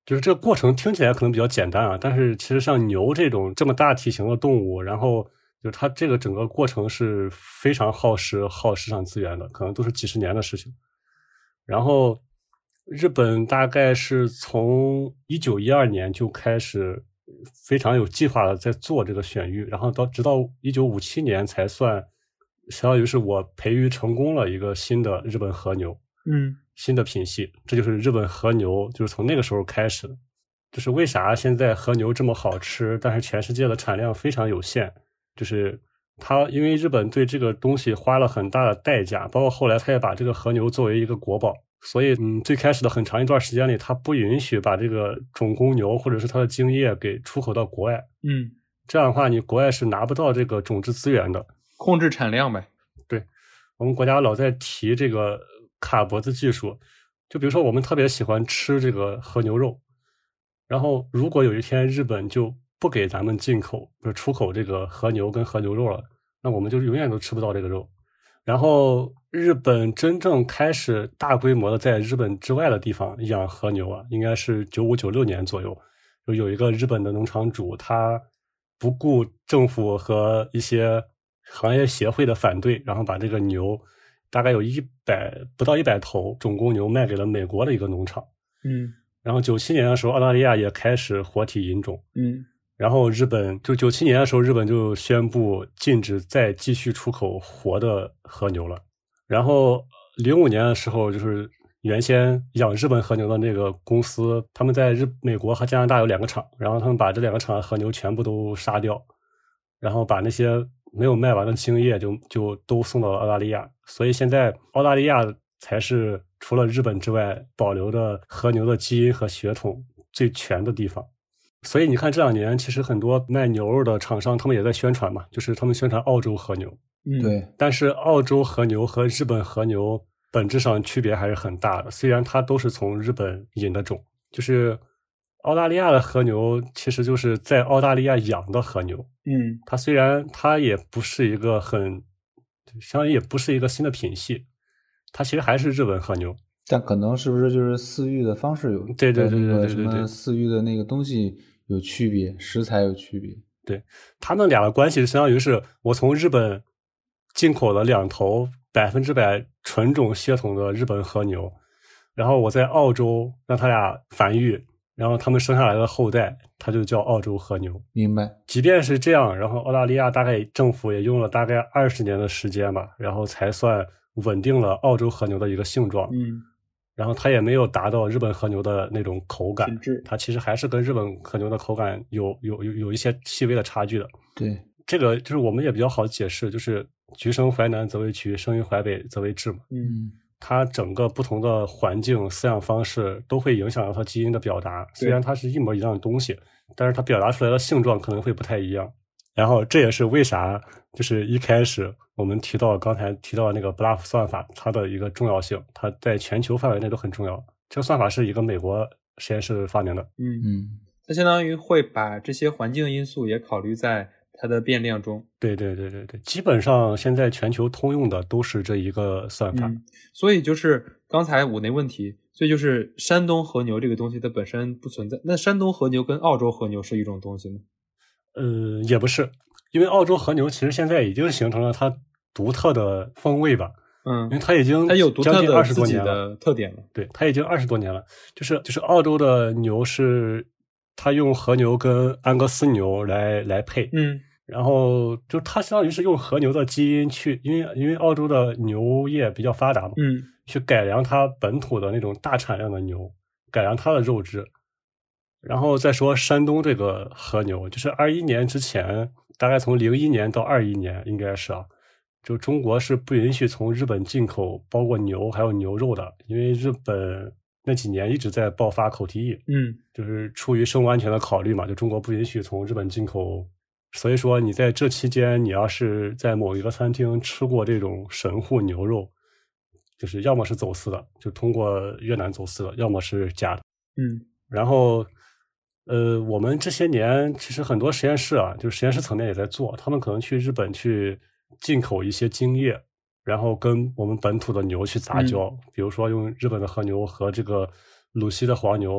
就是这个过程听起来可能比较简单啊，但是其实像牛这种这么大体型的动物，然后就是它这个整个过程是非常耗时耗市场资源的，可能都是几十年的事情。然后日本大概是从一九一二年就开始非常有计划的在做这个选育，然后到直到一九五七年才算相当于是我培育成功了一个新的日本和牛。 嗯， 新的品系，这就是日本和牛，就是从那个时候开始的。就是为啥现在和牛这么好吃，但是全世界的产量非常有限，就是它因为日本对这个东西花了很大的代价，包括后来他也把这个和牛作为一个国宝，所以嗯，最开始的很长一段时间里，他不允许把这个种公牛或者是它的精液给出口到国外。 嗯， 这样的话，你国外是拿不到这个种质资源的， 控制产量呗。 对，我们国家老在提这个卡脖子技术，就比如说我们特别喜欢吃这个和牛肉，然后如果有一天日本就不给咱们进口不是出口这个和牛跟和牛肉了，那我们就永远都吃不到这个肉。然后日本真正开始大规模的在日本之外的地方养和牛啊，应该是九五九六年左右，就有一个日本的农场主，他不顾政府和一些行业协会的反对，然后把这个牛大概有一百不到一百头种公牛卖给了美国的一个农场。 嗯， 然后九七年的时候，澳大利亚也开始活体引种。 嗯， 然后日本就九七年的时候，日本就宣布禁止再继续出口活的和牛了。然后零五年的时候，就是原先养日本和牛的那个公司，他们在日美国和加拿大有两个厂，然后他们把这两个厂的和牛全部都杀掉，然后把那些没有卖完的精液就就都送到了澳大利亚。所以现在澳大利亚才是除了日本之外保留的和牛的基因和血统最全的地方。所以你看这两年其实很多卖牛肉的厂商他们也在宣传嘛，就是他们宣传澳洲和牛。 嗯， 对， 但是澳洲和牛和日本和牛本质上区别还是很大的，虽然它都是从日本引的种，就是澳大利亚的和牛其实就是在澳大利亚养的和牛。 嗯， 它虽然它也不是一个很相当于也不是一个新的品系，它其实还是日本和牛， 但可能是不是就是饲育的方式有对对对对和那个什对对对么饲育的那个东西有区别，食材有区别。 对，他们俩的关系是相当于是我从日本进口了两头百分之百纯种血统的日本和牛，然后我在澳洲让他俩繁育，然后他们生下来的后代它就叫澳洲和牛。 明白。 即便是这样，然后澳大利亚大概政府也用了大概二十年的时间吧，然后才算稳定了澳洲和牛的一个性状。 嗯， 然后它也没有达到日本和牛的那种口感品质， 它其实还是跟日本和牛的口感有有有有一些细微的差距的。 对， 这个就是我们也比较好解释，就是橘生淮南则为橘，生于淮北则为枳嘛。 嗯， 它整个不同的环境、饲养方式都会影响到它基因的表达。虽然它是一模一样的东西，但是它表达出来的性状可能会不太一样。然后这也是为啥，就是一开始我们提到刚才提到的那个 B L U F 算法，它的一个重要性，它在全球范围内都很重要。这个算法是一个美国实验室发明的。 嗯嗯， 它相当于会把这些环境因素也考虑在它的变量中。 对对对对对，基本上现在全球通用的都是这一个算法。 嗯，所以就是刚才我那问题，所以就是山东和牛这个东西它本身不存在。那山东和牛跟澳洲和牛是一种东西吗？ 呃，也不是，因为澳洲和牛其实现在已经形成了它独特的风味吧。 嗯， 因为它已经它有独特的将近二十自己多年了， 的特点了。 对，它已经二十多年了。就是就是澳洲的牛是它用和牛跟安格斯牛来来配， 嗯， 然后就它相当于是用和牛的基因去，因为因为澳洲的牛业比较发达嘛， 嗯， 去改良它本土的那种大产量的牛，改良它的肉质。然后再说山东这个和牛，就是二一年之前，大概从零一年到二一年，应该是啊，就中国是不允许从日本进口包括牛还有牛肉的，因为日本那几年一直在爆发口蹄疫， 嗯， 就是出于生物安全的考虑嘛，就中国不允许从日本进口。所以说你在这期间，你要是在某一个餐厅吃过这种神户牛肉，就是要么是走私的，就通过越南走私的，要么是假的。 嗯， 然后呃，我们这些年其实很多实验室啊，就是实验室层面也在做，他们可能去日本去进口一些精液，然后跟我们本土的牛去杂交， 嗯、 比如说用日本的和牛和这个鲁西的黄牛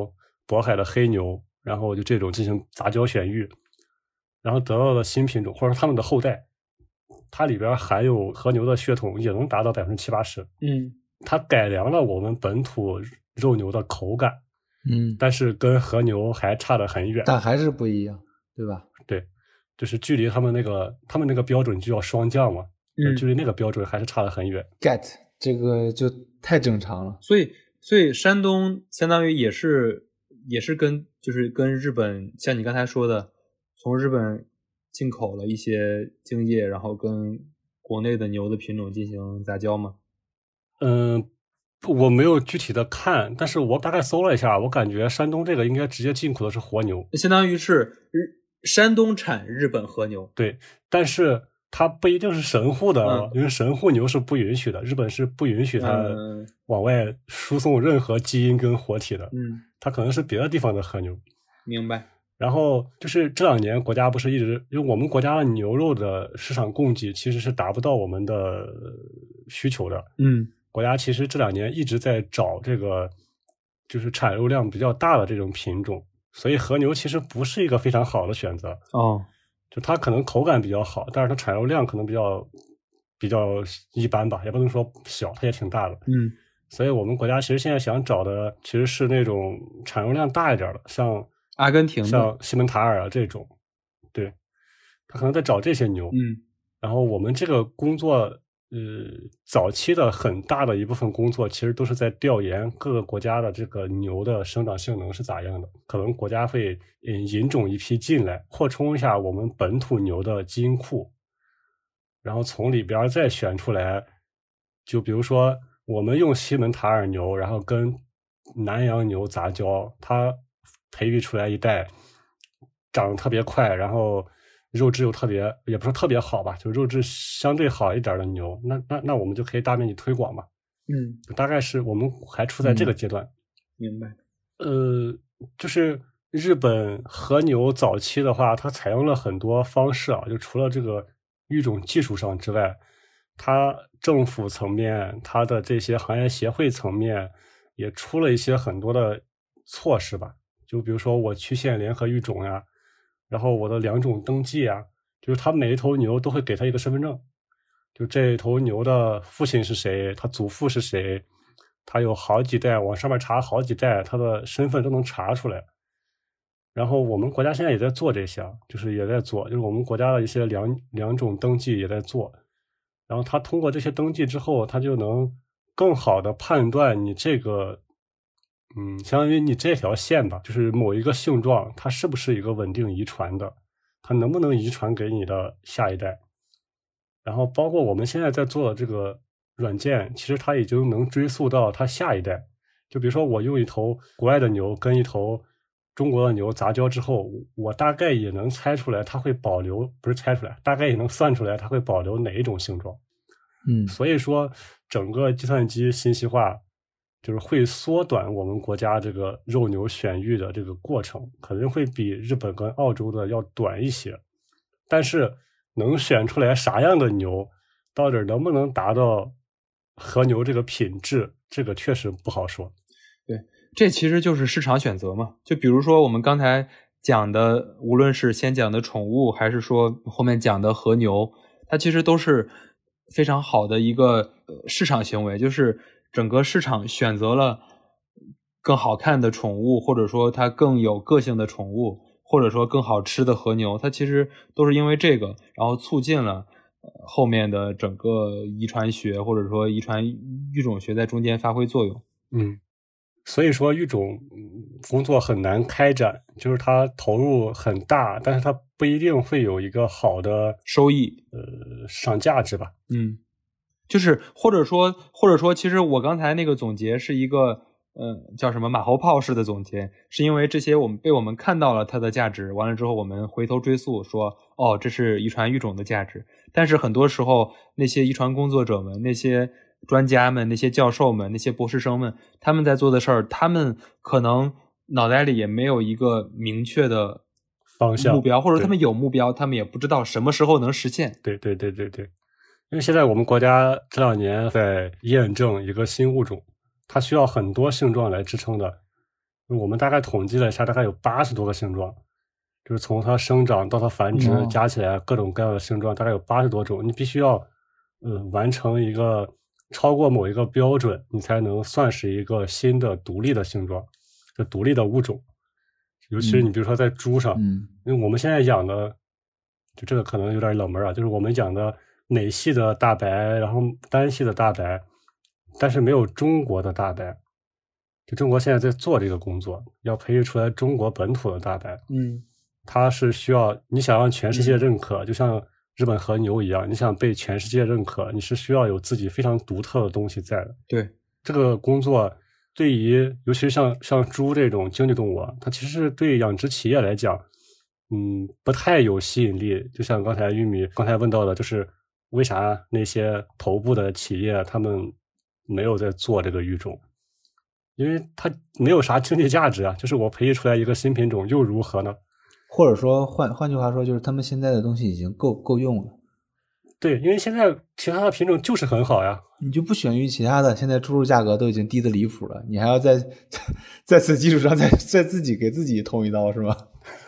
渤海的黑牛，然后就这种进行杂交选育，然后得到的新品种或者说他们的后代，它里边含有和牛的血统也能达到百分之七八十。 嗯， 它改良了我们本土肉牛的口感， 嗯， 但是跟和牛还差得很远。 但还是不一样，对吧？ 对，就是距离他们那个他们那个标准就叫霜降嘛， 嗯， 距离那个标准还是差得很远。 get 这个就太正常了。 所以所以山东相当于也是也是跟就是跟日本，像你刚才说的，从日本进口了一些精液，然后跟国内的牛的品种进行杂交吗？ 嗯，我没有具体的看，但是我大概搜了一下，我感觉山东这个应该直接进口的是活牛， 相当于是日山东产日本和牛。 对，但是它不一定是神户的， 嗯、 因为神户牛是不允许的，日本是不允许它往外输送任何基因跟活体的， 嗯， 它可能是别的地方的和牛。 明白。 然后就是这两年国家不是一直，因为我们国家的牛肉的市场供给其实是达不到我们的需求的， 嗯， 国家其实这两年一直在找这个就是产肉量比较大的这种品种，所以和牛其实不是一个非常好的选择。 哦， 就它可能口感比较好，但是它产肉量可能比较比较一般吧，也不能说小，它也挺大的。 嗯， 所以我们国家其实现在想找的其实是那种产肉量大一点的，像阿根廷的， 像西门塔尔啊这种，对，他可能在找这些牛。 嗯， 然后我们这个工作，呃，早期的很大的一部分工作其实都是在调研各个国家的这个牛的生长性能是咋样的，可能国家会嗯引种一批进来，扩充一下我们本土牛的基因库，然后从里边再选出来，就比如说我们用西门塔尔牛，然后跟南洋牛杂交，它培育出来一代长得特别快，然后肉质又特别，也不是特别好吧，就肉质相对好一点的牛，那那那我们就可以大面积推广嘛。 嗯， 大概是我们还处在这个阶段。 嗯、明白。 呃，就是日本和牛早期的话，它采用了很多方式啊，就除了这个育种技术上之外，它政府层面，它的这些行业协会层面也出了一些很多的措施吧。就比如说我区县联合育种呀，然后我的两种登记啊，就是它每一头牛都会给它一个身份证，就这头牛的父亲是谁，他祖父是谁，他有好几代，往上面查好几代，他的身份都能查出来。然后我们国家现在也在做这些，就是也在做，就是我们国家的一些两两种登记也在做。然后他通过这些登记之后，他就能更好的判断你这个嗯，相当于你这条线吧，就是某一个性状，它是不是一个稳定遗传的，它能不能遗传给你的下一代。然后包括我们现在在做的这个软件，其实它已经能追溯到它下一代。就比如说我用一头国外的牛跟一头中国的牛杂交之后，我大概也能猜出来它会保留，不是猜出来，大概也能算出来它会保留哪一种性状。 嗯， 所以说整个计算机信息化就是会缩短我们国家这个肉牛选育的这个过程，可能会比日本跟澳洲的要短一些，但是能选出来啥样的牛，到底能不能达到和牛这个品质，这个确实不好说。 对，这其实就是市场选择嘛。就比如说我们刚才讲的，无论是先讲的宠物，还是说后面讲的和牛，它其实都是非常好的一个市场行为，就是整个市场选择了更好看的宠物，或者说它更有个性的宠物，或者说更好吃的和牛，它其实都是因为这个，然后促进了后面的整个遗传学或者说遗传育种学在中间发挥作用。 嗯，所以说育种工作很难开展，就是它投入很大，但是它不一定会有一个好的收益， 呃，市场价值吧。 嗯，就是或者说或者说其实我刚才那个总结是一个呃叫什么马后炮式的总结，是因为这些我们被我们看到了它的价值，完了之后我们回头追溯说，哦，这是遗传育种的价值。但是很多时候那些遗传工作者们，那些专家们，那些教授们，那些博士生们，他们在做的事儿，他们可能脑袋里也没有一个明确的方向目标，或者他们有目标，他们也不知道什么时候能实现。 对对对对对，因为现在我们国家这两年在验证一个新物种，它需要很多性状来支撑的。 我们大概统计了一下，大概有八十多个性状，就是从它生长到它繁殖、 哦、 加起来各种各样的性状，大概有八十多种。你必须要呃完成一个超过某一个标准，你才能算是一个新的独立的性状，就独立的物种。尤其是你比如说在猪上， 嗯， 因为我们现在养的，就这个可能有点冷门啊，就是我们养的美系的大白，然后单系的大白，但是没有中国的大白。就中国现在在做这个工作，要培育出来中国本土的大白。 嗯， 它是需要你想让全世界认可，嗯、就像日本和牛一样，你想被全世界认可，你是需要有自己非常独特的东西在的。 对， 这个工作对于尤其是像像猪这种经济动物啊，它其实对养殖企业来讲，嗯，不太有吸引力。就像刚才玉米刚才问到的，就是为啥那些头部的企业他们没有在做这个育种？因为它没有啥经济价值啊，就是我培育出来一个新品种又如何呢？ 或者说换换句话说，就是他们现在的东西已经够够用了。 对，因为现在其他的品种就是很好呀， 你就不选育其他的，现在猪肉价格都已经低得离谱了，你还要在在此基础上再再自己给自己捅一刀是吧？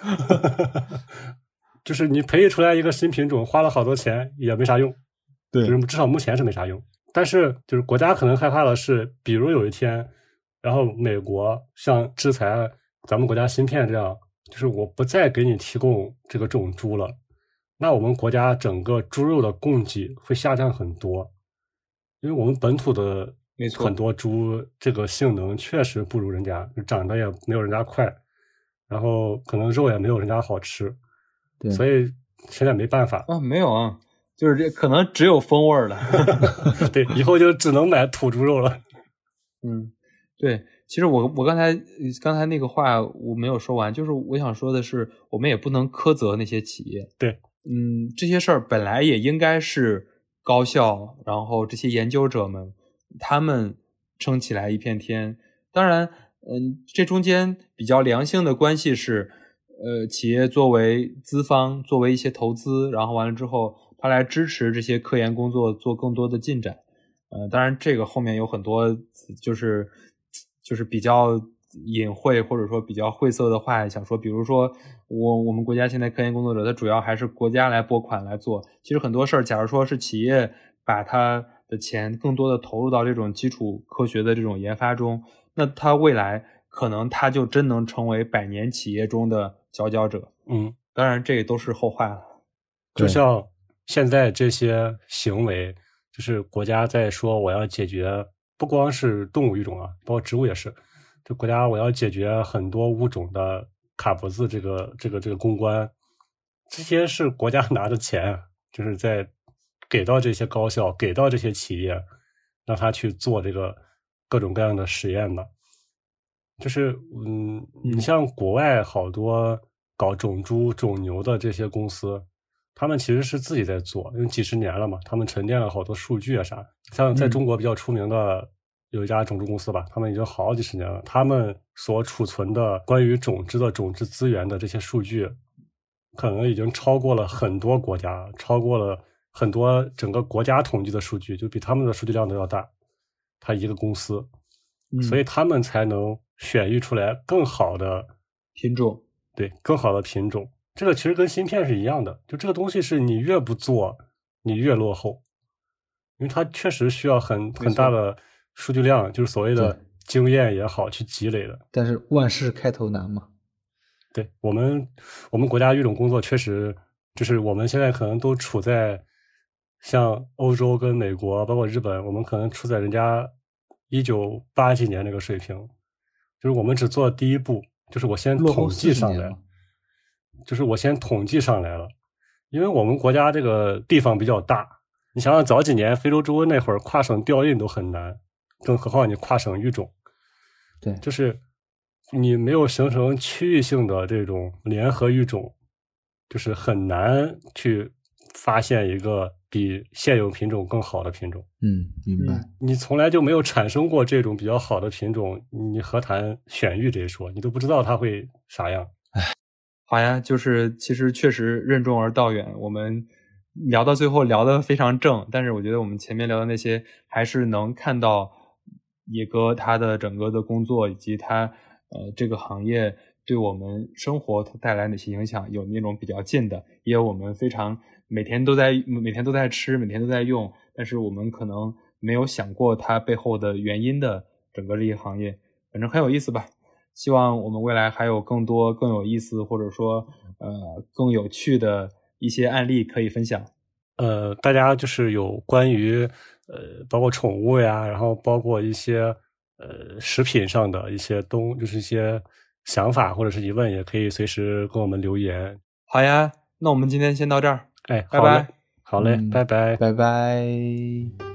就是你培育出来一个新品种，花了好多钱也没啥用， 对， 就是至少目前是没啥用。但是就是国家可能害怕的是，比如有一天，然后美国像制裁咱们国家芯片这样，就是我不再给你提供这个种猪了，那我们国家整个猪肉的供给会下降很多，因为我们本土的很多猪这个性能确实不如人家，长得也没有人家快，然后可能肉也没有人家好吃， 对， 所以现在没办法啊，没有啊，就是这可能只有风味了， 对，以后就只能买土猪肉了。 嗯，对，其实我我刚才刚才那个话我没有说完，就是我想说的是，我们也不能苛责那些企业， 对， 嗯，这些事儿本来也应该是高校，然后这些研究者们他们撑起来一片天。当然，嗯，这中间比较良性的关系是，呃，企业作为资方，作为一些投资，然后完了之后，他来支持这些科研工作做更多的进展。呃，当然这个后面有很多就是就是比较隐晦或者说比较晦涩的话想说，比如说我我们国家现在科研工作者，他主要还是国家来拨款来做。其实很多事儿，假如说是企业把他的钱更多的投入到这种基础科学的这种研发中，那他未来可能他就真能成为百年企业中的佼佼者。 嗯， 当然这也都是后话了。 就像现在这些行为，就是国家在说我要解决，不光是动物育种啊，包括植物也是，就国家我要解决很多物种的卡脖子这个这个这个公关，这些是国家拿着钱，就是在给到这些高校，给到这些企业，让他去做这个各种各样的实验的。就是嗯，你像国外好多搞种猪种牛的这些公司，他们其实是自己在做，因为几十年了嘛，他们沉淀了好多数据啊啥。像在中国比较出名的有一家种猪公司吧，他们已经好几十年了，他们所储存的关于种子的种子资源的这些数据，可能已经超过了很多国家，超过了很多整个国家统计的数据，就比他们的数据量都要大。他一个公司， 嗯、 所以他们才能选育出来更好的品种， 对，更好的品种。这个其实跟芯片是一样的，就这个东西是你越不做，你越落后，因为它确实需要很很大的数据量，就是所谓的经验也好去积累的。 但是万事开头难嘛。 对，我们我们国家育种工作确实就是我们现在可能都处在像欧洲跟美国包括日本，我们可能处在人家一九八几年那个水平，就是我们只做第一步，就是我先统计上来，就是我先统计上来了，因为我们国家这个地方比较大，你想想早几年非洲猪瘟那会儿跨省调运都很难，更何况你跨省育种， 对， 就是你没有形成区域性的这种联合育种，就是很难去发现一个比现有品种更好的品种。 嗯，明白。 你从来就没有产生过这种比较好的品种，你何谈选育这一说？你都不知道它会啥样。 唉， 好呀，就是其实确实任重而道远，我们聊到最后聊得非常正，但是我觉得我们前面聊的那些还是能看到野哥他的整个的工作以及他呃这个行业对我们生活带来哪些影响，有那种比较近的，也有我们非常每天都在每天都在吃，每天都在用，但是我们可能没有想过它背后的原因的整个这些行业，反正很有意思吧。希望我们未来还有更多更有意思或者说呃更有趣的一些案例可以分享。 呃，大家就是有关于呃包括宠物呀，然后包括一些呃食品上的一些东，就是一些想法或者是疑问，也可以随时跟我们留言。 好呀，那我们今天先到这儿， 哎， 拜拜。 好嘞，好嘞， 嗯拜拜。 拜拜。